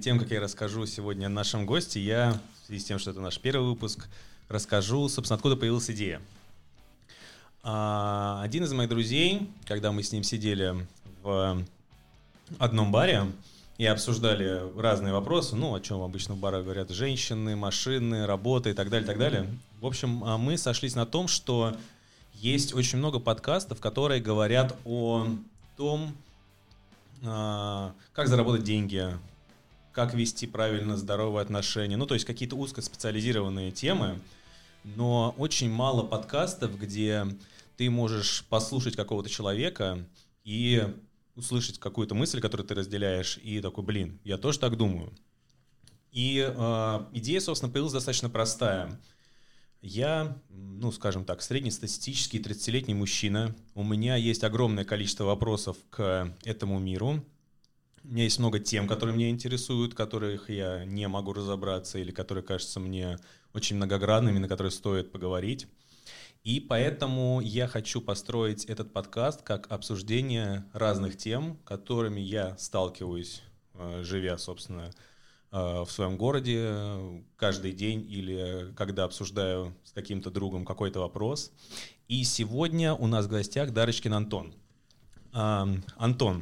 тем, как я расскажу сегодня о нашем госте, я, в связи с тем, что это наш первый выпуск, расскажу, собственно, откуда появилась идея. Один из моих друзей, когда мы с ним сидели в одном баре и обсуждали разные вопросы, о чем обычно в барах говорят, женщины, машины, работа и так далее, так далее. В общем, мы сошлись на том, что есть очень много подкастов, которые говорят о том, как заработать деньги, как вести правильно здоровые отношения, то есть какие-то узкоспециализированные темы, но очень мало подкастов, где ты можешь послушать какого-то человека и услышать какую-то мысль, которую ты разделяешь, и такой, я тоже так думаю. И идея, собственно, появилась достаточно простая. Я, скажем так, среднестатистический 30-летний мужчина. У меня есть огромное количество вопросов к этому миру. У меня есть много тем, которые меня интересуют, которых я не могу разобраться или которые кажутся мне очень многогранными, на которые стоит поговорить. И поэтому я хочу построить этот подкаст как обсуждение разных тем, которыми я сталкиваюсь, живя, собственно, в своем городе каждый день или когда обсуждаю с каким-то другом какой-то вопрос. И сегодня у нас в гостях Дарочкин Антон. Антон,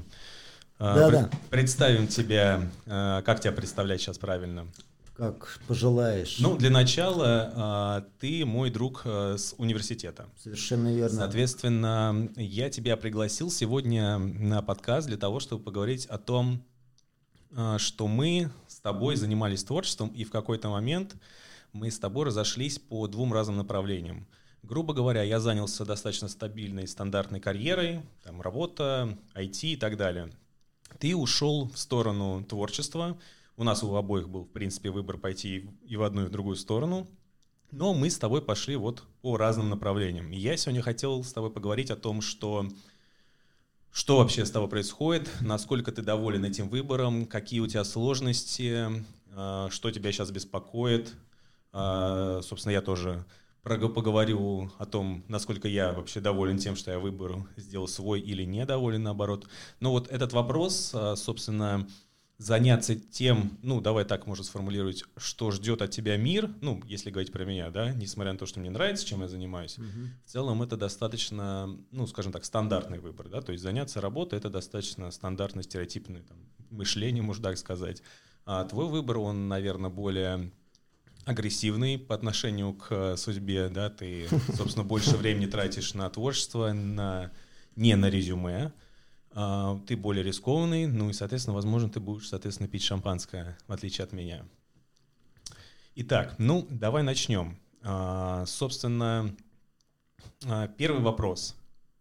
представим тебя, как тебя представлять сейчас правильно? Как пожелаешь. Для начала, ты мой друг с университета. Совершенно верно. Соответственно, я тебя пригласил сегодня на подкаст для того, чтобы поговорить о том, что мы с тобой занимались творчеством, и в какой-то момент мы с тобой разошлись по двум разным направлениям. Грубо говоря, я занялся достаточно стабильной, стандартной карьерой, работа, IT и так далее. Ты ушел в сторону творчества. У нас у обоих был, в принципе, выбор пойти и в одну, и в другую сторону. Но мы с тобой пошли по разным направлениям. И я сегодня хотел с тобой поговорить о том, что вообще с тобой происходит, насколько ты доволен этим выбором, какие у тебя сложности, что тебя сейчас беспокоит. Собственно, я тоже поговорю о том, насколько я вообще доволен тем, что я выбор сделал свой или недоволен, наоборот. Но этот вопрос, собственно, заняться тем, давай так можно сформулировать, что ждет от тебя мир, если говорить про меня, да, несмотря на то, что мне нравится, чем я занимаюсь, в целом это достаточно, скажем так, стандартный выбор, да, то есть заняться работой — это достаточно стандартное стереотипное мышление, можно так сказать. А твой выбор, он, наверное, более агрессивный по отношению к судьбе, да, ты, собственно, больше времени тратишь на творчество, не на резюме. Ты более рискованный, и, соответственно, возможно, ты будешь, пить шампанское, в отличие от меня. Итак, давай начнем. Собственно, первый вопрос.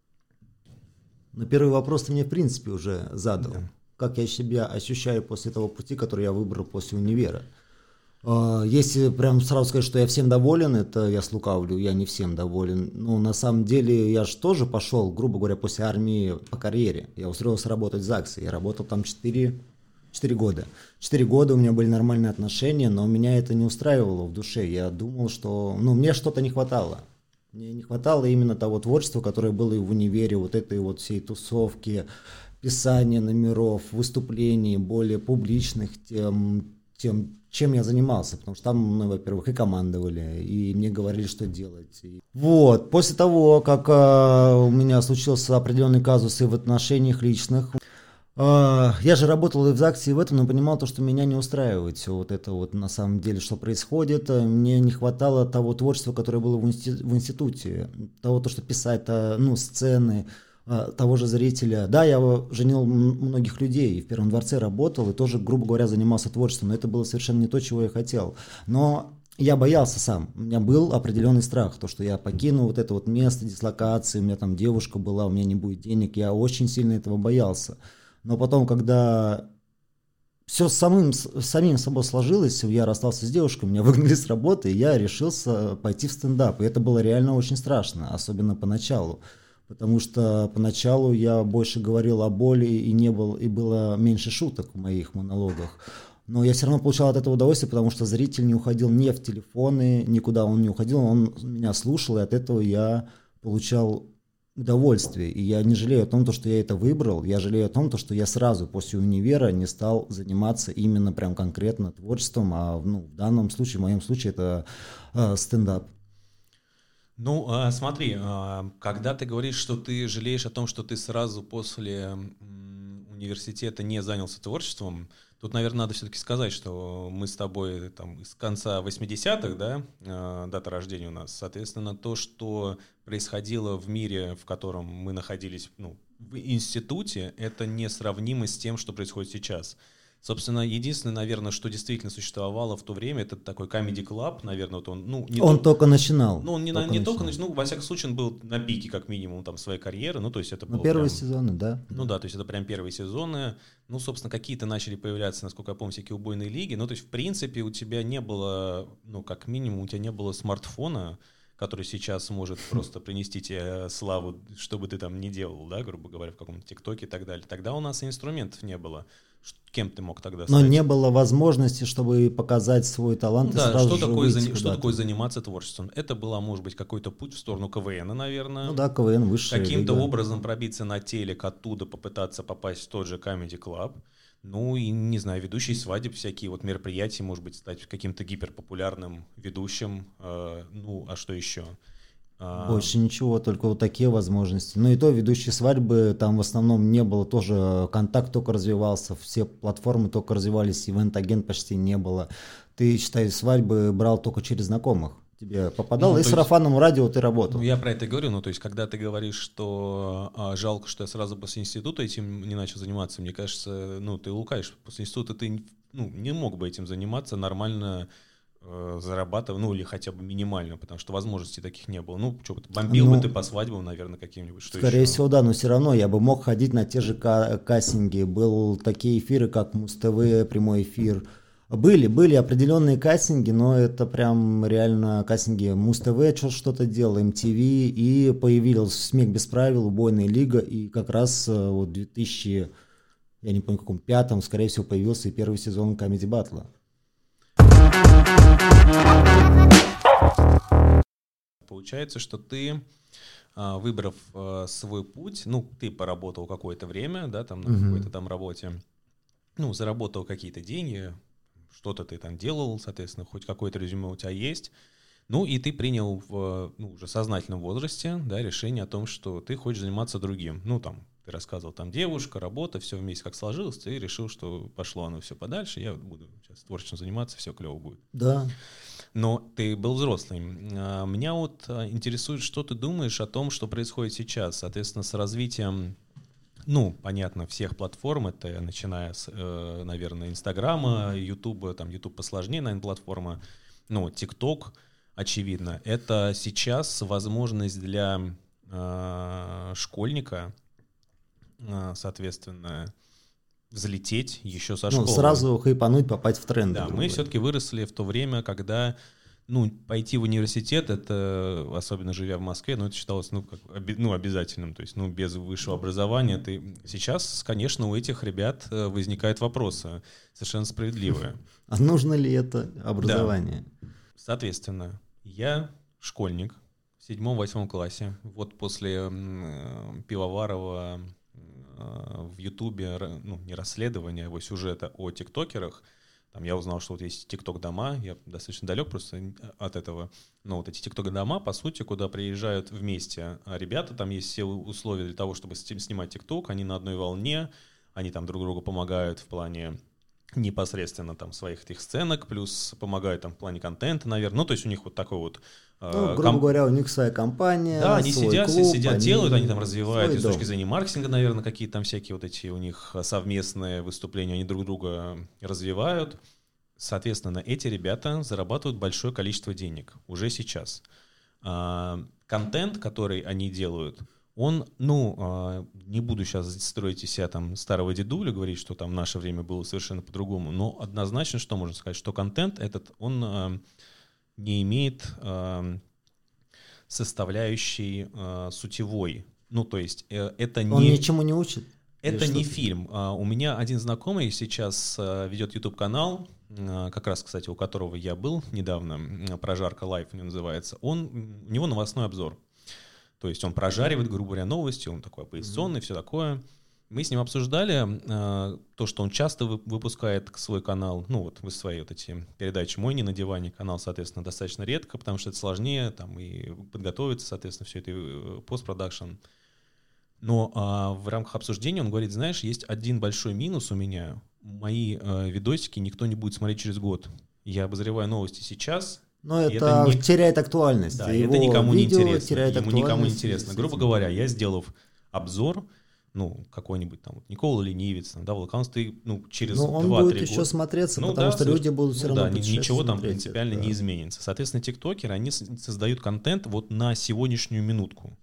Первый вопрос ты мне, в принципе, уже задал. Да. Как я себя ощущаю после того пути, который я выбрал после универа. Если прям сразу сказать, что я всем доволен, это я слукавлю, я не всем доволен. На самом деле я же тоже пошел, грубо говоря, после армии по карьере. Я устроился работать в ЗАГСе, я работал там 4 года. 4 года у меня были нормальные отношения, но меня это не устраивало в душе. Я думал, что мне что-то не хватало. Мне не хватало именно того творчества, которое было и в универе, этой всей тусовки, писания номеров, выступлений, более публичных тем, чем я занимался, потому что там, во-первых, и командовали, и мне говорили, что делать. После того, как у меня случился определенный казус и в отношениях личных, я же работал и в ЗАГСе, и в этом, но понимал то, что меня не устраивает все это на самом деле, что происходит. Мне не хватало того творчества, которое было в институте, того, что писать, сцены, того же зрителя. Да, я женил многих людей, и в Первом дворце работал, и тоже, грубо говоря, занимался творчеством, но это было совершенно не то, чего я хотел. Но я боялся сам, у меня был определенный страх, то, что я покину это место дислокации, у меня там девушка была, у меня не будет денег, я очень сильно этого боялся. Но потом, когда все самим собой сложилось, я расстался с девушкой, меня выгнали с работы, и я решился пойти в стендап, и это было реально очень страшно, особенно поначалу. Потому что поначалу я больше говорил о боли и было меньше шуток в моих монологах. Но я все равно получал от этого удовольствие, потому что зритель не уходил ни в телефоны, никуда он не уходил, он меня слушал, и от этого я получал удовольствие. И я не жалею о том, что я это выбрал. Я жалею о том, что я сразу после универа не стал заниматься именно прям конкретно творчеством. А в данном случае, в моем случае, это стендап. Ну, смотри, когда ты говоришь, что ты жалеешь о том, что ты сразу после университета не занялся творчеством, тут, наверное, надо все-таки сказать, что мы с тобой там из конца 80-х, да, дата рождения у нас, соответственно, то, что происходило в мире, в котором мы находились, в институте, это несравнимо с тем, что происходит сейчас. Собственно, единственное, наверное, что действительно существовало в то время, это такой Comedy Club, наверное, вот он, он только начинал. Он только начинал, во всяком случае, он был на пике, как минимум, там, своей карьеры, то есть это было первые прям, сезоны, да. то есть это прям первые сезоны, собственно, какие-то начали появляться, насколько я помню, всякие убойные лиги, то есть, в принципе, у тебя не было, как минимум, у тебя не было смартфона, который сейчас может просто принести тебе славу, что бы ты там ни делал, да, грубо говоря, в каком-то ТикТоке и так далее. Тогда у нас и инструментов не было. Кем ты мог тогда стать? Но не было возможности, чтобы показать свой талант. Что такое заниматься творчеством? Это была, может быть, какой-то путь в сторону КВН, наверное. КВН высшая каким-то лига. образом пробиться на телек, оттуда попытаться попасть в тот же Comedy Club. И, не знаю, ведущий свадеб, всякие вот мероприятия, может быть, стать каким-то гиперпопулярным ведущим. А что еще? Больше ничего, только вот такие возможности. И то ведущие свадьбы, там в основном не было тоже, контакт только развивался, все платформы только развивались, ивент-агент почти не было. Ты, считай, свадьбы брал только через знакомых. Тебе попадало, и сарафанному радио ты работал. Я про это говорю, то есть, когда ты говоришь, что жалко, что я сразу после института этим не начал заниматься, мне кажется, ты лукаешь. После института ты не мог бы этим заниматься нормально, зарабатывать, или хотя бы минимально, потому что возможностей таких не было. Бомбил бы ты по свадьбам, наверное, каким-нибудь. Скорее всего, да, но все равно я бы мог ходить на те же кастинги. Был такие эфиры, как Муз-ТВ, прямой эфир. Были определенные кастинги, но это прям реально кастинги. Муз-ТВ что-то делал, MTV, и появился «Смех без правил», «Убойная лига», и как раз в 2000, я не помню, каком, 2005, скорее всего, появился и первый сезон Comedy Battle. Получается, что ты, выбрав свой путь, ты поработал какое-то время, да, там на какой-то там работе, заработал какие-то деньги, что-то ты там делал, соответственно, хоть какое-то резюме у тебя есть, и ты принял в уже сознательном возрасте, да, решение о том, что ты хочешь заниматься другим. Ты рассказывал, там девушка, работа, все вместе как сложилось, ты решил, что пошло оно все подальше, я буду сейчас творчеством заниматься, все клево будет. Да. Но ты был взрослый. Меня интересует, что ты думаешь о том, что происходит сейчас, соответственно, с развитием, понятно, всех платформ, это начиная с, наверное, Инстаграма, Ютуба, там Ютуб посложнее, наверное, платформа, ТикТок, очевидно. Это сейчас возможность для школьника, соответственно, взлететь еще со школы. Сразу хайпануть, попасть в тренды. Да, мы все-таки выросли в то время, когда пойти в университет, это, особенно живя в Москве, это считалось обязательным. То есть без высшего образования сейчас, конечно, у этих ребят возникают вопросы совершенно справедливые. А нужно ли это образование? Да. Соответственно, я школьник в 7-8 классе. Вот после Пивоварова в Ютубе, не расследования, а его сюжета о тиктокерах, там я узнал, что вот есть тикток-дома, я достаточно далек просто от этого, но вот эти тикток-дома, по сути, куда приезжают вместе ребята, там есть все условия для того, чтобы снимать тикток, они на одной волне, они там друг другу помогают в плане непосредственно там своих этих сценок, плюс помогают там в плане контента, наверное, то есть у них вот такой вот... грубо говоря, у них своя компания, да, они свой сидят, клуб, делают, они там развивают, и с точки дом. зрения маркетинга, наверное, какие-то там всякие вот эти у них совместные выступления, они друг друга развивают. Соответственно, эти ребята зарабатывают большое количество денег уже сейчас. Контент, который они делают, он, не буду сейчас строить из себя там старого дедуля, говорить, что там в наше время было совершенно по-другому, но однозначно, что можно сказать, что контент этот, он не имеет составляющей сутевой. То есть это не... Он ничему не учит? Это не фильм. У меня один знакомый сейчас ведет YouTube-канал, как раз, кстати, у которого я был недавно, «Прожарка Лайф» называется. У него новостной обзор. То есть он прожаривает, грубо говоря, новости, он такой оппозиционный, все такое. Мы с ним обсуждали то, что он часто выпускает свой канал, ну вот свои вот эти передачи «Мой не на диване», канал, соответственно, достаточно редко, потому что это сложнее, там и подготовиться, соответственно, все это и постпродакшн. Но в рамках обсуждения он говорит, знаешь, есть один большой минус у меня, мои видосики никто не будет смотреть через год. Я обозреваю новости сейчас. Но это теряет актуальность. Да, это никому не интересно. Ему никому не интересно. Грубо говоря, я сделав обзор, ну, какой-нибудь там Никола Ленивец, там, да, Волконс, ты, ну, через 2-3 года... он будет еще смотреться, потому что люди будут все равно ничего там принципиально не изменится. Соответственно, тиктокеры, они создают контент вот на сегодняшнюю минутку.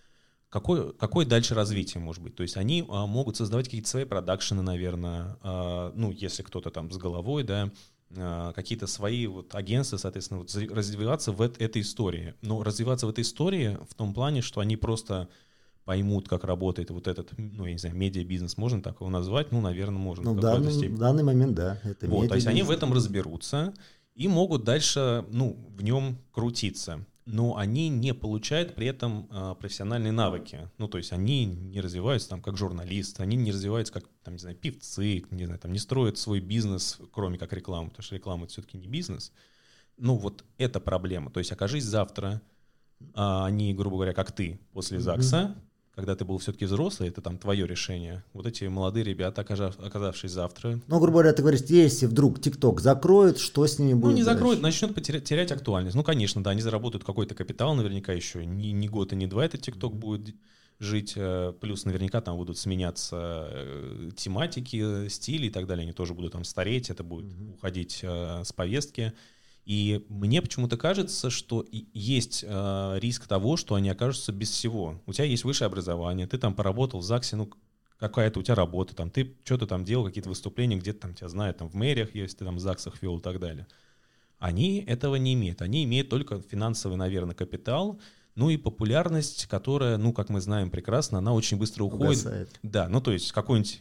Какое дальше развитие может быть? То есть они могут создавать какие-то свои продакшены, наверное, ну, если кто-то там с головой, да, какие-то свои вот агентства, соответственно, вот развиваться в этой истории. Но развиваться в этой истории в том плане, что они просто поймут, как работает вот этот, ну, я не знаю, медиабизнес, можно так его назвать? Ну, наверное, можно. Ну, в данный момент, да. Это вот, то есть они в этом разберутся и могут дальше, ну, в нем крутиться. Но они не получают при этом профессиональные навыки. Ну, то есть они не развиваются там как журналисты, они не развиваются как, там, не знаю, певцы, не знаю, там, не строят свой бизнес, кроме как рекламу, потому что реклама — это все-таки не бизнес. Ну, вот это проблема. То есть окажись завтра, они, грубо говоря, как ты, после ЗАГСа, когда ты был все-таки взрослый, это там твое решение. Вот эти молодые ребята, оказавшись завтра... Ну, грубо говоря, ты говоришь, если вдруг ТикТок закроет, что с ними будет? Ну, не закроет, начнет терять актуальность. Ну, конечно, да, они заработают какой-то капитал, наверняка еще ни год и ни два этот ТикТок будет жить. Плюс наверняка там будут сменяться тематики, стили и так далее. Они тоже будут там стареть, это будет уходить с повестки. И мне почему-то кажется, что есть риск того, что они окажутся без всего. У тебя есть высшее образование, ты там поработал в ЗАГСе, ну, какая-то у тебя работа, там, ты что-то там делал, какие-то выступления, где-то там тебя знают, там, в мэриях, если ты там в ЗАГСах вел и так далее. Они этого не имеют. Они имеют только финансовый, наверное, капитал, ну и популярность, которая, ну, как мы знаем прекрасно, она очень быстро уходит. Угасает. Да, ну, то есть какой-нибудь...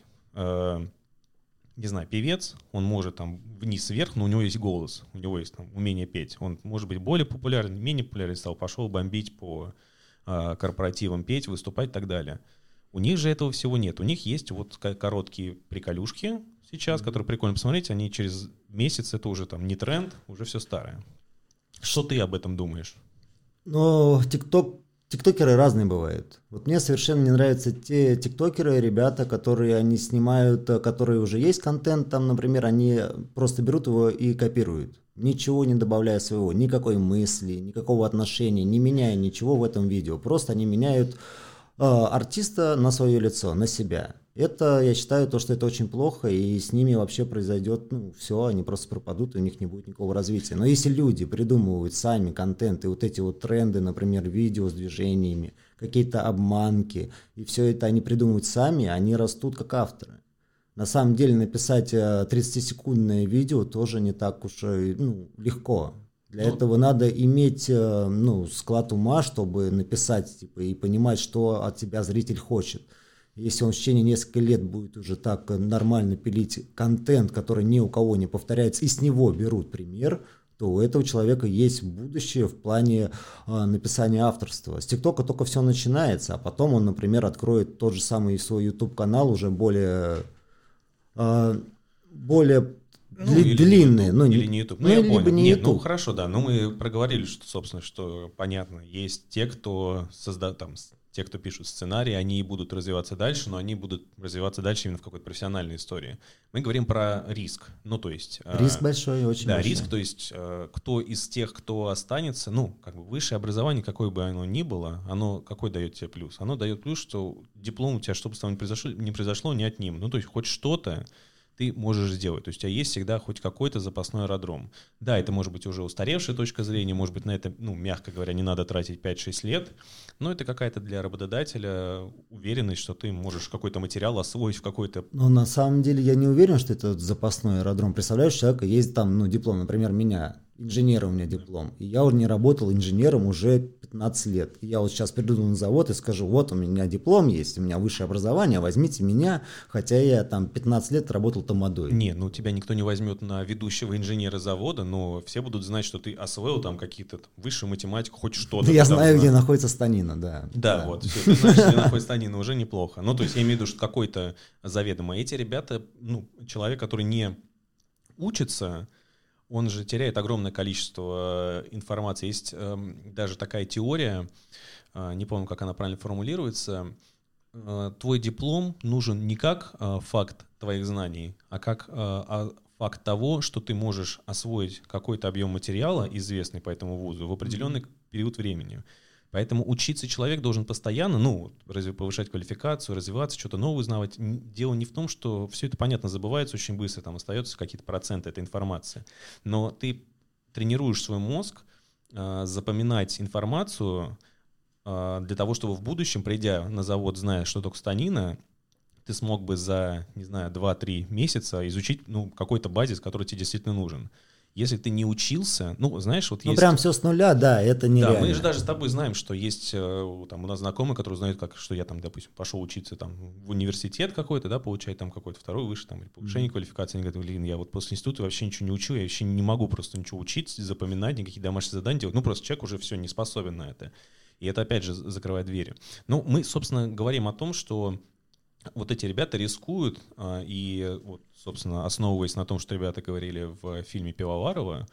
не знаю, певец, он может там вниз-вверх, но у него есть голос, у него есть там умение петь. Он может быть более популярен, менее популярен стал, пошел бомбить по корпоративам, петь, выступать и так далее. У них же этого всего нет. У них есть вот короткие приколюшки сейчас, которые прикольно посмотреть, они через месяц, это уже там не тренд, уже все старое. Что ты об этом думаешь? Ну, тиктокеры разные бывают. Вот мне совершенно не нравятся те тиктокеры, ребята, которые они снимают, которые уже есть контент, там, например, они просто берут его и копируют, ничего не добавляя своего, никакой мысли, никакого отношения, не меняя ничего в этом видео. Просто они меняют артиста на свое лицо, на себя. Это, я считаю, то, что это очень плохо, и с ними вообще произойдет, ну, все, они просто пропадут, и у них не будет никакого развития. Но если люди придумывают сами контент, и вот эти вот тренды, например, видео с движениями, какие-то обманки, и все это они придумывают сами, они растут как авторы. На самом деле написать 30-секундное видео тоже не так уж легко. Для этого надо иметь склад ума, чтобы написать типа, и понимать, что от тебя зритель хочет. Если он в течение нескольких лет будет уже так нормально пилить контент, который ни у кого не повторяется, и с него берут пример, то у этого человека есть будущее в плане написания авторства. С ТикТока только все начинается, а потом он, например, откроет тот же самый свой YouTube-канал, уже более длинные. Или не YouTube. Ну, я понял. Нет, ну хорошо, да. Но мы проговорили, что, собственно, что понятно. Есть те, кто создает там, те, кто пишут сценарии, они будут развиваться дальше, но они будут развиваться дальше именно в какой-то профессиональной истории. Мы говорим про риск. Ну, то есть... Риск большой, очень большой. Да, риск, то есть кто из тех, кто останется, ну, как бы высшее образование, какое бы оно ни было, оно какой дает тебе плюс? Оно дает плюс, что диплом у тебя, что бы с тобой не произошло, не отнимут. Ну, то есть хоть что-то ты можешь сделать. То есть у тебя есть всегда хоть какой-то запасной аэродром. Да, это может быть уже устаревшая точка зрения, может быть, на это, мягко говоря, не надо тратить 5-6 лет, но это какая-то для работодателя уверенность, что ты можешь какой-то материал освоить в какой-то... Но на самом деле я не уверен, что это запасной аэродром. Представляешь, у человека есть там диплом, например, инженер у меня диплом, и я уже не работал инженером уже 15 лет. Я вот сейчас приду на завод и скажу, вот у меня диплом есть, у меня высшее образование, возьмите меня, хотя я там 15 лет работал тамадой. Не, ну тебя никто не возьмет на ведущего инженера завода, но все будут знать, что ты освоил там какие-то высшую математику, хоть что-то. Я знаю, где находится станина, да. Да, вот, все, ты знаешь, где находится станина, уже неплохо. Ну, то есть я имею в виду, что какой-то заведомо. Эти ребята, ну, человек, который не учится, он же теряет огромное количество информации. Есть даже такая теория, не помню, как она правильно формулируется. Твой диплом нужен не как факт твоих знаний, а как факт того, что ты можешь освоить какой-то объем материала, известный по этому вузу, в определенный период времени. Поэтому учиться человек должен постоянно, ну, повышать квалификацию, развиваться, что-то новое узнавать. Дело не в том, что все это, понятно, забывается очень быстро, там остается какие-то проценты этой информации. Но ты тренируешь свой мозг запоминать информацию для того, чтобы в будущем, придя на завод, зная, что такое станина, ты смог бы за, не знаю, 2-3 месяца изучить, ну, какой-то базис, который тебе действительно нужен. Если ты не учился, ну, знаешь, вот есть... Ну, прям все с нуля, да, это нереально. Да, мы же даже с тобой знаем, что есть там у нас знакомые, которые знают, как, что я там, допустим, пошел учиться там в университет какой-то, да, получать там какой-то второй высший, там, или повышение квалификации. Они говорят, блин, я вот после института вообще ничего не учу, я вообще не могу просто ничего учить, запоминать, никакие домашние задания делать. Ну, просто человек уже все не способен на это. И это, опять же, закрывает двери. Ну, мы, собственно, говорим о том, что вот эти ребята рискуют, и, вот, собственно, основываясь на том, что ребята говорили в фильме Пивоварова,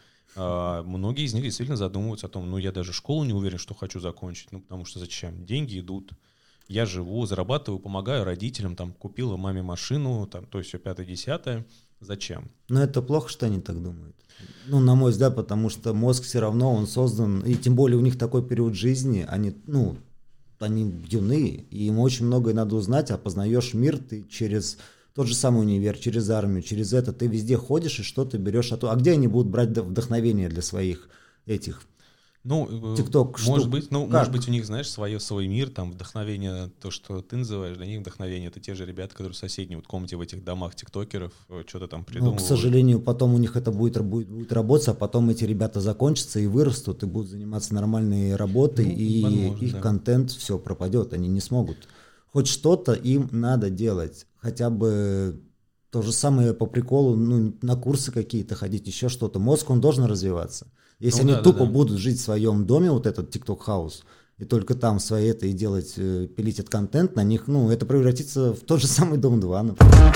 многие из них действительно задумываются о том, ну, я даже школу не уверен, что хочу закончить, ну, потому что зачем? Деньги идут, я живу, зарабатываю, помогаю родителям, там, купила маме машину, там, то есть все 5-10, зачем? Но это плохо, что они так думают. Ну, на мой взгляд, потому что мозг все равно, он создан, и тем более у них такой период жизни, они, ну, они юны, и им очень многое надо узнать, а познаешь мир ты через тот же самый универ, через армию, через это, ты везде ходишь и что-то берешь оттуда. А где они будут брать вдохновение для своих этих TikTok может быть, ну, может быть, у них, знаешь, свой мир, там, вдохновение, то, что ты называешь, для них вдохновение, это те же ребята, которые в соседней вот комнате в этих домах тиктокеров что-то там придумывают. Ну, к сожалению, потом у них это будет работать, а потом эти ребята закончатся и вырастут, и будут заниматься нормальной работой, ну, и возможно, их контент все пропадет, они не смогут. Хоть что-то им надо делать, хотя бы то же самое по приколу, ну, на курсы какие-то ходить, еще что-то. Мозг, он должен развиваться. Если они тупо будут жить в своем доме, вот этот TikTok House, и только там свои это и делать, пилить этот контент, на них, ну, это превратится в тот же самый Дом 2, например.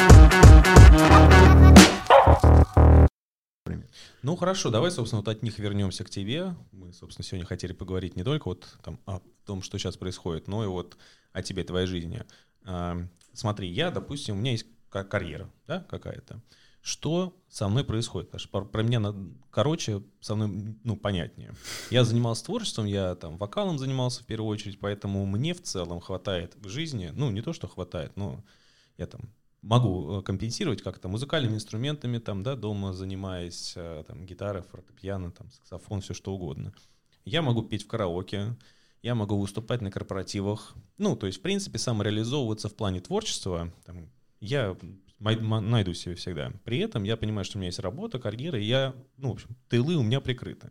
Ну, хорошо, давай, собственно, вот от них вернемся к тебе. Мы, собственно, сегодня хотели поговорить не только вот там о том, что сейчас происходит, но и вот о тебе, твоей жизни. Смотри, я, допустим, у меня есть карьера, да, какая-то. Что со мной происходит? Потому что про меня, короче, со мной, ну, понятнее. Я занимался творчеством, я там вокалом занимался в первую очередь, поэтому мне в целом хватает в жизни, ну, не то, что хватает, но я там могу компенсировать как-то музыкальными инструментами, там, да, дома занимаясь, там, гитара, фортепиано, там, саксофон, все что угодно. Я могу петь в караоке, я могу выступать на корпоративах, ну, то есть, в принципе, самореализовываться в плане творчества, там, я найду себе всегда. При этом я понимаю, что у меня есть работа, карьера, и я, ну, в общем, тылы у меня прикрыты.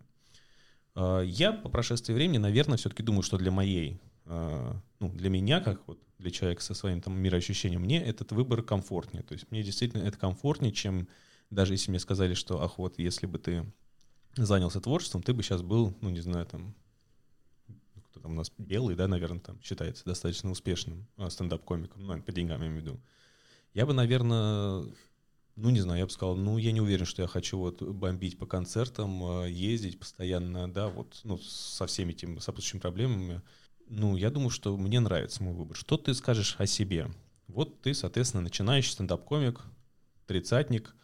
Я по прошествии времени, наверное, все-таки думаю, что для моей, ну, для меня, как вот для человека со своим там мироощущением, мне этот выбор комфортнее. То есть мне действительно это комфортнее, чем даже если мне сказали, что, ах, вот если бы ты занялся творчеством, ты бы сейчас был, ну, не знаю, там, кто там у нас, Белый, да, наверное, там считается достаточно успешным стендап-комиком, ну, по деньгам я имею в виду. Я бы, наверное, ну, не знаю, я бы сказал, ну, я не уверен, что я хочу вот бомбить по концертам, ездить постоянно, да, вот, ну, со всеми этими сопутствующими проблемами. Ну, я думаю, что мне нравится мой выбор. Что ты скажешь о себе? Вот ты, соответственно, начинающий стендап-комик, тридцатник.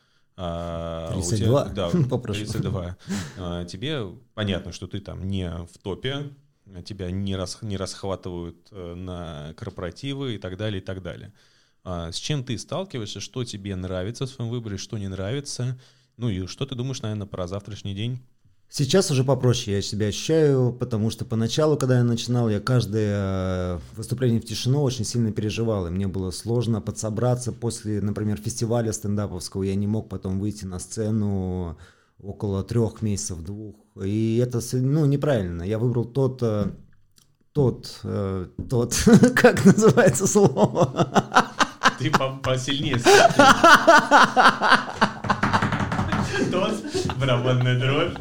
32, да, попрошу. 32. Тебе понятно, что ты там не в топе, тебя не расхватывают на корпоративы и так далее, и так далее. С чем ты сталкиваешься, что тебе нравится в своем выборе, что не нравится, ну и что ты думаешь, наверное, про завтрашний день? Сейчас уже попроще я себя ощущаю, потому что поначалу, когда я начинал, я каждое выступление в тишину очень сильно переживал, и мне было сложно подсобраться после, например, фестиваля стендаповского, я не мог потом выйти на сцену около 3 месяцев, 2, и это, ну, неправильно. Я выбрал тот как называется слово? Ты посильнее. Тот, барабанная дробь.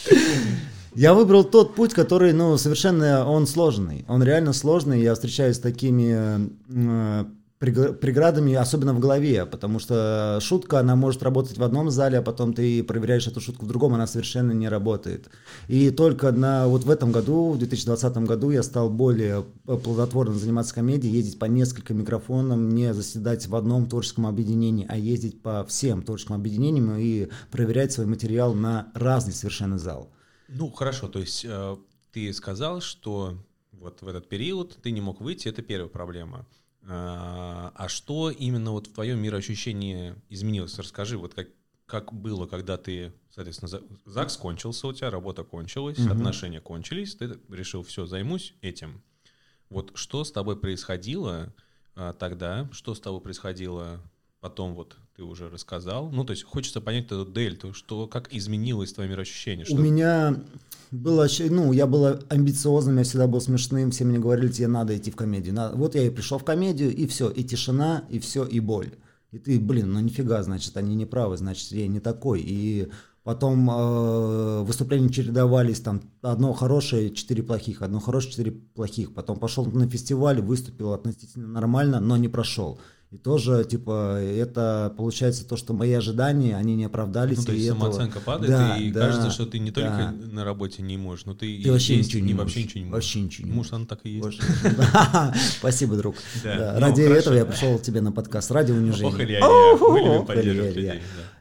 Я выбрал тот путь, который, совершенно он сложный. Он реально сложный. Я встречаюсь с такими преградами, особенно в голове, потому что шутка, она может работать в одном зале, а потом ты проверяешь эту шутку в другом, она совершенно не работает. И только вот в этом году, в 2020 году, я стал более плодотворно заниматься комедией, ездить по нескольким микрофонам, не заседать в одном творческом объединении, а ездить по всем творческим объединениям и проверять свой материал на разный совершенно зал. Ну, хорошо, то есть ты сказал, что вот в этот период ты не мог выйти, это первая проблема. А что именно вот в твоем мироощущении изменилось? Расскажи, вот как было, когда ты, соответственно, ЗАГС кончился у тебя, работа кончилась, отношения кончились, ты решил, все, займусь этим. Вот что с тобой происходило тогда, что с тобой происходило потом, вот ты уже рассказал. Ну, то есть хочется понять эту дельту, как изменилось твое мироощущение. У меня было, я был амбициозным, я всегда был смешным, все мне говорили, тебе надо идти в комедию. Вот я и пришел в комедию, и все, и тишина, и все, и боль. И ты, нифига, значит, они не правы, значит, я не такой. И потом выступления чередовались, там, одно хорошее, 4 плохих, одно хорошее, 4 плохих. Потом пошел на фестиваль, выступил относительно нормально, но не прошел. И тоже, это получается то, что мои ожидания, они не оправдались. Ну, то есть самооценка падает, кажется, что ты не только на работе не можешь, но ты вообще ничего не можешь. Вообще ничего не можешь. Может, она так и есть. Спасибо, друг. Ради этого я пришел к тебе на подкаст. Ради унижения. Ох, Илья, мы любим поддерживать людей.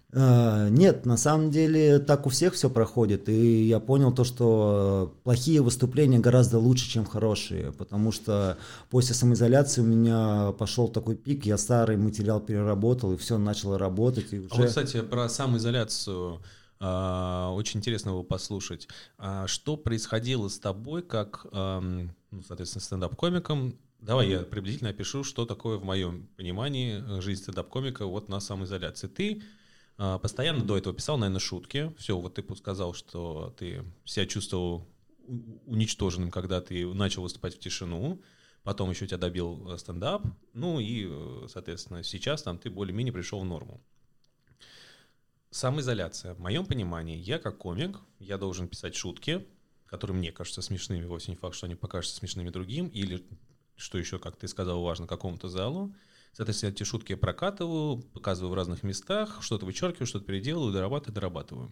Нет, на самом деле так у всех все проходит, и я понял то, что плохие выступления гораздо лучше, чем хорошие, потому что после самоизоляции у меня пошел такой пик, я старый материал переработал, и все начало работать. И уже... А вот, кстати, про самоизоляцию очень интересно было послушать. Что происходило с тобой, как, соответственно, стендап-комиком? Давай я приблизительно опишу, что такое в моем понимании жизнь стендап-комика вот на самоизоляции. Ты постоянно до этого писал, наверное, шутки. Все, вот ты сказал, что ты себя чувствовал уничтоженным, когда ты начал выступать в тишину. Потом еще тебя добил стендап. Ну и, соответственно, сейчас там ты более-менее пришел в норму. Самоизоляция. В моем понимании, я как комик, я должен писать шутки, которые мне кажутся смешными. Вовсе не факт, что они покажутся смешными другим. Или, что еще, как ты сказал, важно, какому-то залу. Соответственно, эти шутки я прокатываю, показываю в разных местах, что-то вычеркиваю, что-то переделываю, дорабатываю.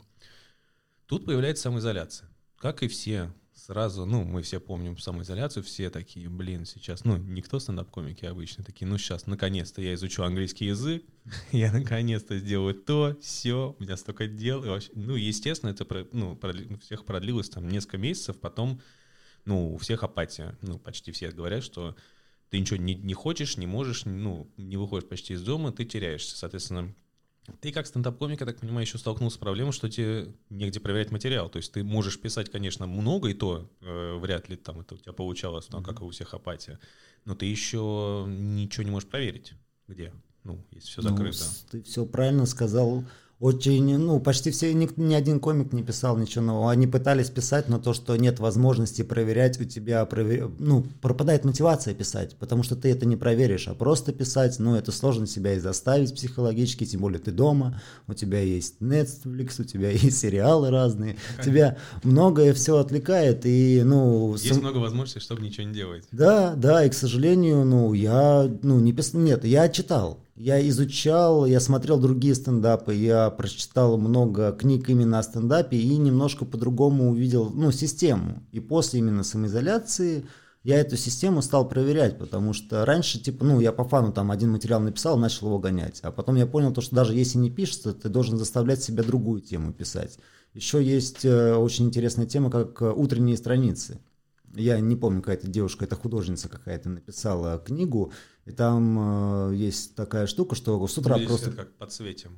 Тут появляется самоизоляция. Как и все сразу, мы все помним самоизоляцию, все такие, сейчас, никто стендап-комики обычно такие, сейчас, наконец-то я изучу английский язык, я наконец-то сделаю то, все, у меня столько дел. И вообще, естественно, это всех продлилось там несколько месяцев, потом, у всех апатия, почти все говорят, что ты ничего не хочешь, не можешь, не выходишь почти из дома, ты теряешься. Соответственно, ты как стендап-комик, я так понимаю, еще столкнулся с проблемой, что тебе негде проверять материал. То есть ты можешь писать, конечно, много, и то вряд ли там это у тебя получалось, как и у всех апатия. Но ты еще ничего не можешь проверить. Где? Если все закрыто. Ты все правильно сказал. Очень, почти все, ни один комик не писал ничего нового. Они пытались писать, но то, что нет возможности проверять, у тебя пропадает мотивация писать, потому что ты это не проверишь, а просто писать, это сложно себя и заставить психологически, тем более ты дома, у тебя есть Netflix, у тебя есть сериалы разные, тебя многое все отвлекает, и, Есть много возможностей, чтобы ничего не делать. Да, и, к сожалению, я, не писал, нет, я читал. Я изучал, я смотрел другие стендапы, я прочитал много книг именно о стендапе и немножко по-другому увидел, систему. И после именно самоизоляции я эту систему стал проверять, потому что раньше, я по фану там один материал написал, начал его гонять. А потом я понял, что даже если не пишется, ты должен заставлять себя другую тему писать. Еще есть очень интересная тема, как утренние страницы. Я не помню, какая-то девушка, это художница какая-то написала книгу, и там есть такая штука, что с утра просто... Как подсветим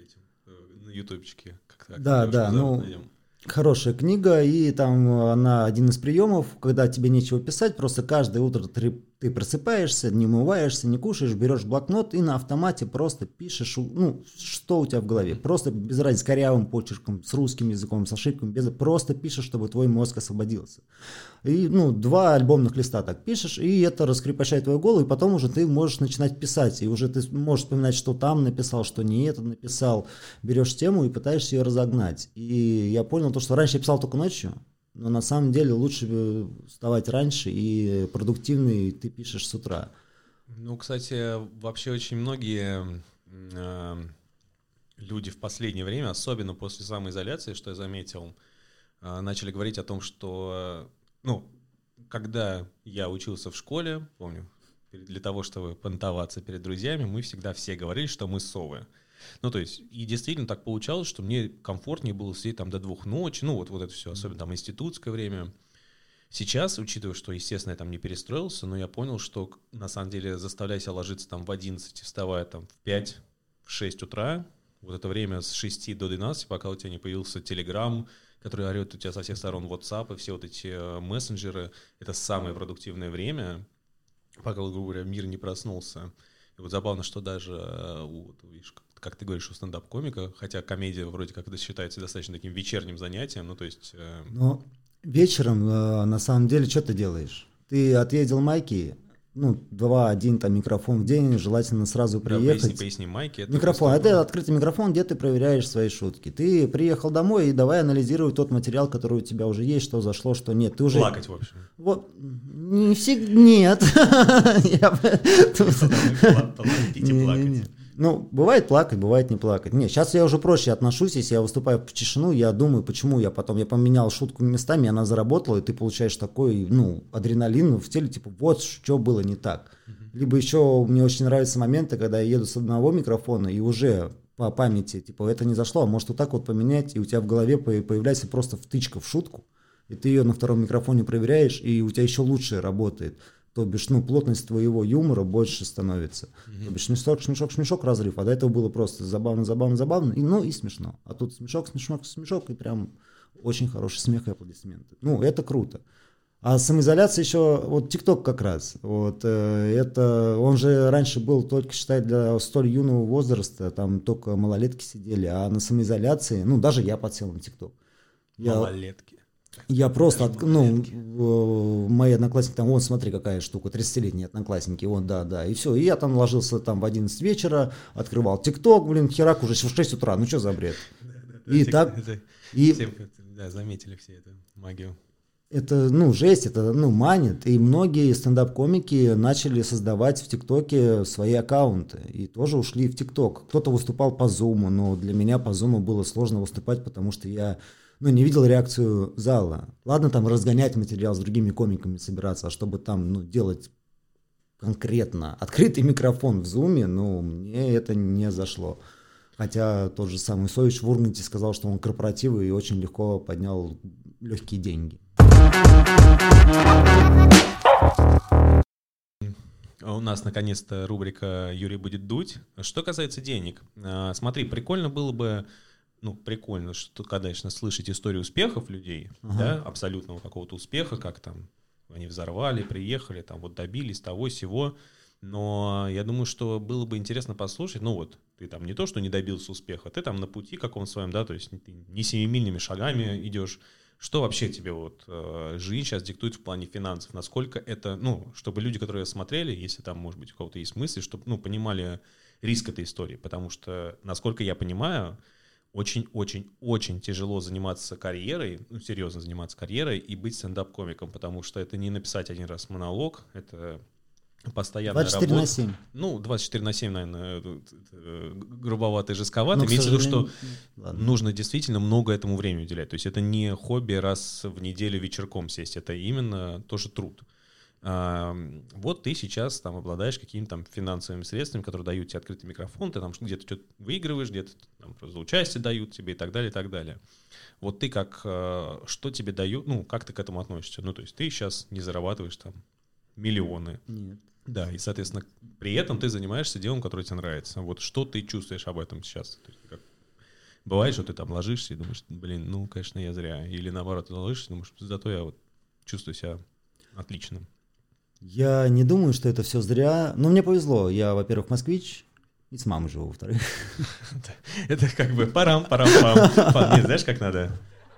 на ютубчике. Да, хорошая книга, и там она один из приемов, когда тебе нечего писать, просто каждое утро ты ты просыпаешься, не умываешься, не кушаешь, берешь блокнот и на автомате просто пишешь, ну, что у тебя в голове. Просто без разницы, с корявым почерком, с русским языком, с ошибками, просто пишешь, чтобы твой мозг освободился. И, ну, 2 альбомных листа так пишешь, и это раскрепощает твою голову, и потом уже ты можешь начинать писать, и уже ты можешь вспоминать, что там написал, что не это написал. Берешь тему и пытаешься ее разогнать. И я понял то, что раньше я писал только ночью, но на самом деле лучше вставать раньше, и продуктивный ты пишешь с утра. Ну, кстати, вообще очень многие люди в последнее время, особенно после самоизоляции, что я заметил, начали говорить о том, что, ну, когда я учился в школе, помню, для того, чтобы понтоваться перед друзьями, мы всегда все говорили, что мы совы. Ну, то есть, и действительно так получалось, что мне комфортнее было сидеть там до 2 ночи, ну, вот это все, особенно там институтское время. Сейчас, учитывая, что, естественно, я там не перестроился, но я понял, что, на самом деле, заставляя себя ложиться там в 11, вставая там в 5, в 6 утра, вот это время с 6 до 12, пока у тебя не появился Telegram, который орет у тебя со всех сторон, WhatsApp и все вот эти мессенджеры, это самое продуктивное время, пока, грубо говоря, мир не проснулся. И вот забавно, что даже, видишь, как ты говоришь, у стендап-комика, хотя комедия вроде как это считается достаточно таким вечерним занятием, ну то есть... Но вечером, на самом деле, что ты делаешь? Ты отъездил майки, ну, 2-1 там микрофон в день, желательно сразу приехать. Да, поясни, майки. Это микрофон, это открытый микрофон, где ты проверяешь свои шутки. Ты приехал домой и давай анализировать тот материал, который у тебя уже есть, что зашло, что нет. Ты уже... Плакать, в общем. Вот, не всегда, нет. Идите плакать. Ну, бывает плакать, бывает не плакать. Нет, сейчас я уже проще отношусь, если я выступаю в тишину, я думаю, почему я поменял шутку местами, она заработала, и ты получаешь такой, ну, адреналин в теле, типа, вот что было не так. Либо еще мне очень нравятся моменты, когда я еду с одного микрофона, и уже по памяти, типа, это не зашло, а может вот так вот поменять, и у тебя в голове появляется просто втычка в шутку, и ты ее на втором микрофоне проверяешь, и у тебя еще лучше работает. То бишь, ну, плотность твоего юмора больше становится. То бишь, смешок, разрыв. А до этого было просто забавно, и, ну, и смешно. А тут смешок, и прям очень хороший смех и аплодисменты. Ну, это круто. А самоизоляция еще, вот ТикТок как раз, вот это, он же раньше был только, считай, для столь юного возраста, там только малолетки сидели, а на самоизоляции, ну, даже я подсел на ТикТок. Малолетки. Я просто, мои одноклассники, там, вот смотри, какая штука, 30-летние одноклассники, вот, да, и все, и я там ложился там в 11 вечера, открывал ТикТок, херак, уже в 6 утра, ну что за бред? И так, да, заметили все эту магию. Это, ну, жесть, это, ну, манит, и многие стендап-комики начали создавать в ТикТоке свои аккаунты, и тоже ушли в ТикТок. Кто-то выступал по Зуму, но для меня по Зуму было сложно выступать, потому что я, ну, не видел реакцию зала. Ладно, там разгонять материал с другими комиками собираться, а чтобы там, ну, делать конкретно открытый микрофон в Зуме, ну, мне это не зашло. Хотя тот же самый Сойч в Урганте сказал, что он корпоративы и очень легко поднял легкие деньги. У нас наконец-то рубрика «Юрий будет дуть». Что касается денег, смотри, прикольно было бы, ну, прикольно, что, конечно, слышать историю успехов людей, да, абсолютного какого-то успеха, как там они взорвали, приехали, там вот добились того, сего. Но я думаю, что было бы интересно послушать, ну вот, ты там не то, что не добился успеха, ты там на пути каком своем, да, то есть ты не семимильными шагами идешь. Что вообще тебе вот жизнь сейчас диктует в плане финансов? Насколько это, ну, чтобы люди, которые смотрели, если там, может быть, у кого-то есть мысли, чтобы, ну, понимали риск этой истории. Потому что, насколько я понимаю, очень-очень-очень тяжело заниматься карьерой, ну, серьезно заниматься карьерой и быть стендап-комиком, потому что это не написать один раз монолог, это постоянная 24 работа. на 7. Ну, 24 на 7, наверное, грубовато и жестковато. Имеется в виду, что нужно действительно много этому времени уделять. То есть это не хобби раз в неделю вечерком сесть, это именно тоже труд. Вот ты сейчас там обладаешь какими-то там финансовыми средствами, которые дают тебе открытый микрофон, ты там где-то что-то выигрываешь, где-то там просто участие дают тебе и так далее, и так далее. Вот ты как, что тебе дают, ну, как ты к этому относишься? Ну, то есть ты сейчас не зарабатываешь там миллионы. Нет. Да, и, соответственно, при этом ты занимаешься делом, которое тебе нравится. Вот что ты чувствуешь об этом сейчас? То есть, как... Бывает, что ты там ложишься и думаешь, блин, ну, конечно, я зря. Или наоборот, ты ложишься и думаешь, зато я вот чувствую себя отличным. Я не думаю, что это все зря. Но мне повезло. Я, во-первых, москвич, и с мамой живу, во-вторых. Это как бы парам-парам-пам. Не, знаешь, как надо?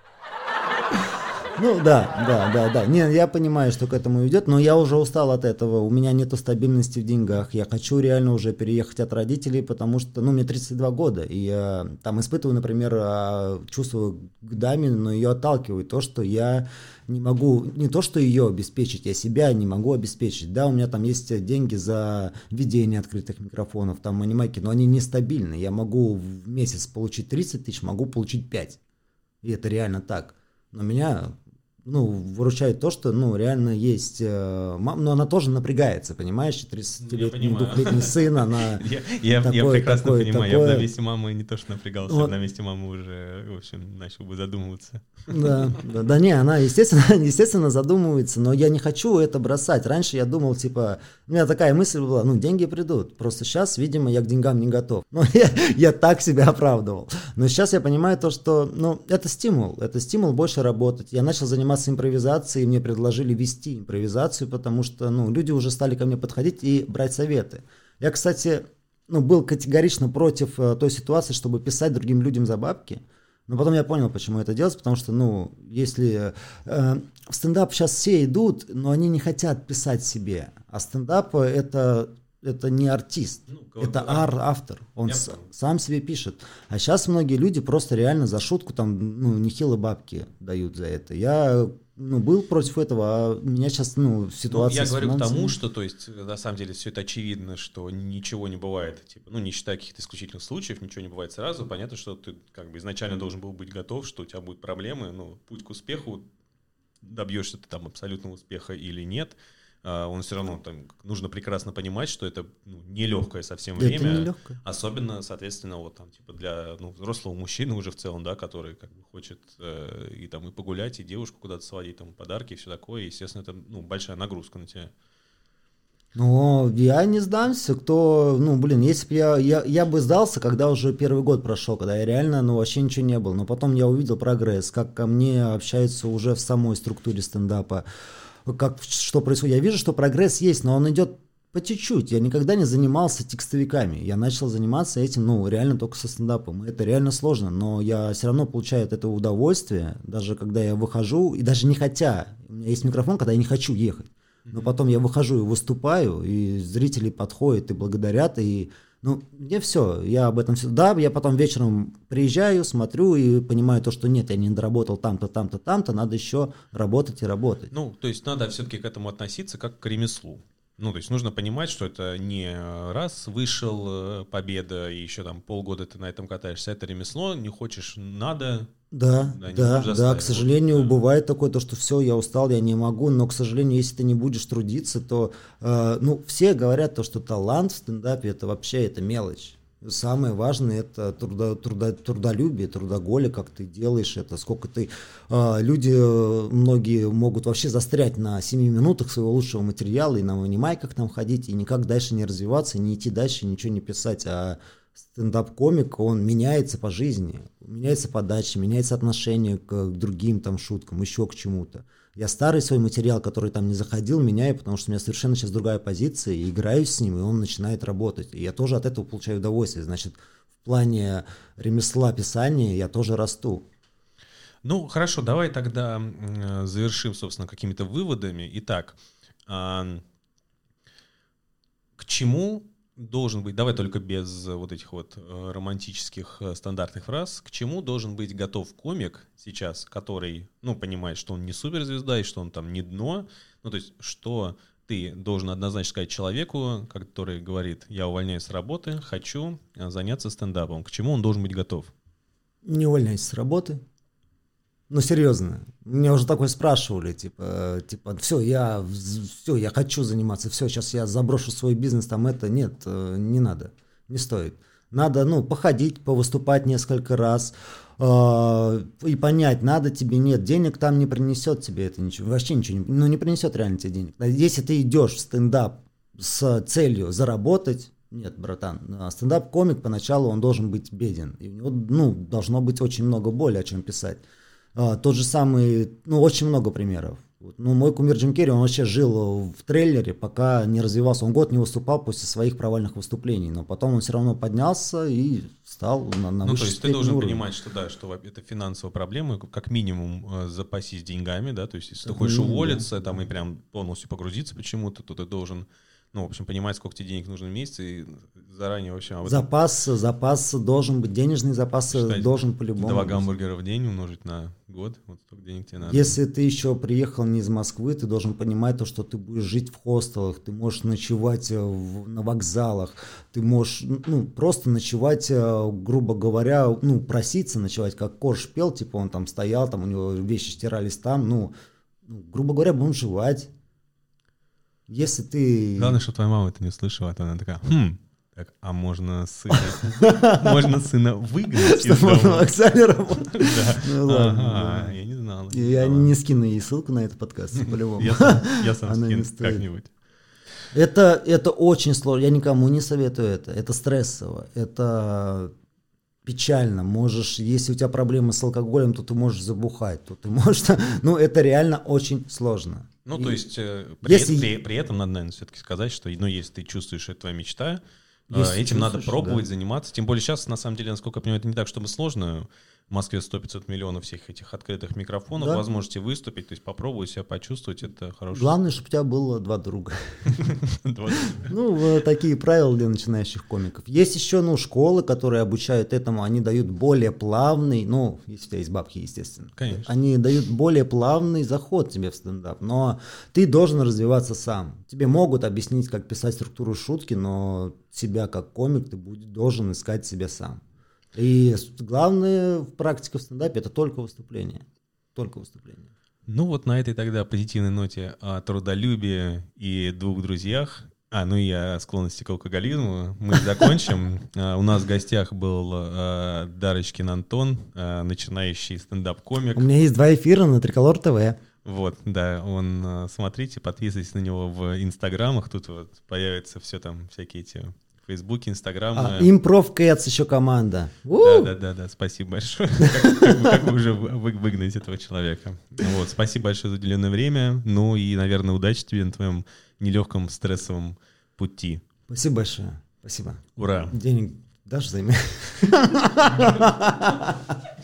Ну да. Не, я понимаю, что к этому идет, но я уже устал от этого. У меня нету стабильности в деньгах. Я хочу реально уже переехать от родителей, потому что, мне 32 года, и я там испытываю, например, чувство к даме, но ее отталкивает то, что я не могу, не то, что ее обеспечить, я себя не могу обеспечить. Да, у меня там есть деньги за ведение открытых микрофонов, там анимайки, но они нестабильны. Я могу в месяц получить 30 тысяч, могу получить 5. И это реально так. Но меня выручает то, что, реально есть мама, но она тоже напрягается, понимаешь, 30-летний, 2-летний сын, она Я прекрасно понимаю, я бы на месте мамы не то что напрягался, вот. На месте мамы уже, в общем, начал бы задумываться. Да, не, она, естественно, задумывается, но я не хочу это бросать. Раньше я думал, у меня такая мысль была, деньги придут, просто сейчас, видимо, я к деньгам не готов. Я так себя оправдывал. Но сейчас я понимаю то, что, это стимул больше работать. Я начал заниматься импровизацией, мне предложили вести импровизацию, потому что, люди уже стали ко мне подходить и брать советы. Я, кстати, был категорично против той ситуации, чтобы писать другим людям за бабки. Но потом я понял, почему это делать, потому что, если в стендап сейчас все идут, но они не хотят писать себе, а стендап это не артист, это автор, он сам себе пишет. А сейчас многие люди просто реально за шутку там, нехило бабки дают за это. Я был против этого, а меня сейчас, ситуация я говорю к тому, что, то есть, на самом деле, все это очевидно, что ничего не бывает, не считая каких-то исключительных случаев, ничего не бывает сразу. Понятно, что ты как бы изначально должен был быть готов, что у тебя будут проблемы, путь к успеху, добьешься ты там абсолютного успеха или нет, он все равно там нужно прекрасно понимать, что это нелегкое совсем время, особенно, соответственно, вот там типа для взрослого мужчины уже в целом, да, который как бы хочет и погулять, и девушку куда-то сводить, там подарки и все такое, естественно, это большая нагрузка на тебя. Я не сдамся, если бы я бы сдался, когда уже первый год прошел, когда я реально, вообще ничего не было, но потом я увидел прогресс, как ко мне общаются уже в самой структуре стендапа, что происходит. Я вижу, что прогресс есть, но он идет по чуть-чуть. Я никогда не занимался текстовиками. Я начал заниматься этим, реально только со стендапом. Это реально сложно, но я все равно получаю от этого удовольствие, даже когда я выхожу, и даже не хотя. У меня есть микрофон, когда я не хочу ехать. Но потом я выхожу и выступаю, и зрители подходят и благодарят, и мне все, я об этом все. Да, я потом вечером приезжаю, смотрю и понимаю то, что нет, я не доработал там-то, там-то, там-то, надо еще работать и работать. То есть надо все-таки к этому относиться как к ремеслу. То есть нужно понимать, что это не раз вышел, победа, и еще там полгода ты на этом катаешься. Это ремесло, не хочешь, надо. Да, к сожалению, бывает такое, то, что все, я устал, я не могу, но, к сожалению, если ты не будешь трудиться, то, все говорят то, что талант в стендапе, это вообще, это мелочь. Самое важное — это трудолюбие, трудоголик, как ты делаешь это, сколько ты... Люди, многие могут вообще застрять на 7 минутах своего лучшего материала и на анимайках там ходить, и никак дальше не развиваться, не идти дальше, ничего не писать, а стендап-комик, он меняется по жизни, меняется подача, меняется отношение к другим там шуткам, еще к чему-то. Я старый свой материал, который там не заходил, меняю, потому что у меня совершенно сейчас другая позиция, и играю с ним, и он начинает работать. И я тоже от этого получаю удовольствие. Значит, в плане ремесла писания я тоже расту. Хорошо, давай тогда завершим, собственно, какими-то выводами. Итак, к чему должен быть, давай только без вот этих вот романтических стандартных фраз, к чему должен быть готов комик сейчас, который, понимает, что он не суперзвезда и что он там не дно, то есть, что ты должен однозначно сказать человеку, который говорит, я увольняюсь с работы, хочу заняться стендапом, к чему он должен быть готов? Не увольняйся с работы. Серьезно, меня уже такое спрашивали, все, я хочу заниматься, все, сейчас я заброшу свой бизнес, нет, не надо, не стоит. Надо, походить, повыступать несколько раз и понять, надо тебе, нет, денег там не принесет тебе это ничего, вообще ничего не принесет реально тебе денег. Если ты идешь в стендап с целью заработать, нет, братан, стендап-комик поначалу он должен быть беден, и у него, должно быть очень много боли, о чем писать. Тот же самый, очень много примеров. Ну, мой кумир Джим Керри, он вообще жил в трейлере, пока не развивался. Он год не выступал после своих провальных выступлений, но потом он все равно поднялся и стал на Ну, то есть ты должен уровень. понимать, что да, что это финансовая проблема, как минимум запасись деньгами, да, то есть если ты хочешь уволиться там и прям полностью погрузиться почему-то, то ты должен, ну, в общем, понимать, сколько тебе денег нужно в месяц и заранее вообще об этом... Запас должен быть, денежный запас должен по-любому 2 быть. гамбургера в день умножить на год, вот столько денег тебе надо. Если ты еще приехал не из Москвы, ты должен понимать то, что ты будешь жить в хостелах, ты можешь ночевать на вокзалах, ты можешь просто ночевать, грубо говоря, проситься ночевать, как Корж пел, типа он там стоял, там у него вещи стирались там, грубо говоря, бомжевать. Если ты... Главное, что твоя мама это не услышала, а то она такая, так, а можно сына выгнать из Чтобы он на дома? вокзале работал. Ну ладно. Ага, я не знал. Я не скину ей ссылку на этот подкаст, по-любому. Я сам Она скину не стоит. как-нибудь. Это очень сложно, я никому не советую это стрессово, это печально, если у тебя проблемы с алкоголем, то ты можешь забухать, то ты можешь, это реально очень сложно. Ну, то есть при этом надо, наверное, все-таки сказать, что, если ты чувствуешь, что это твоя мечта, этим надо пробовать, заниматься. Тем более сейчас, на самом деле, насколько я понимаю, это не так, чтобы сложно. В Москве 100-500 миллионов всех этих открытых микрофонов. Да. Возможности выступить, то есть попробовать себя почувствовать, это хорошо. Главное, чтобы у тебя было 2 друга. Такие правила для начинающих комиков. Есть еще, школы, которые обучают этому, они дают более плавный, если у тебя есть бабки, естественно. Конечно. Они дают более плавный заход тебе в стендап, но ты должен развиваться сам. Тебе могут объяснить, как писать структуру шутки, но себя как комик ты должен искать себя сам. И главное практика в стендапе — это только выступление. Только выступление. Ну вот на этой тогда позитивной ноте о трудолюбии и 2 друзьях, и о склонности к алкоголизму мы закончим. У нас в гостях был Дарочкин Антон, начинающий стендап-комик. У меня есть 2 эфира на Триколор ТВ. Вот, да, смотрите, подписывайтесь на него в инстаграмах, тут вот появятся все там всякие эти... В Фейсбуке, Инстаграм. Импров Кэтс еще команда. Да, спасибо большое. Как вы уже выгнать этого человека. Вот, спасибо большое за уделенное время. И, наверное, удачи тебе на твоем нелегком стрессовом пути. Спасибо большое. Спасибо. Ура. Денег дашь взаймы?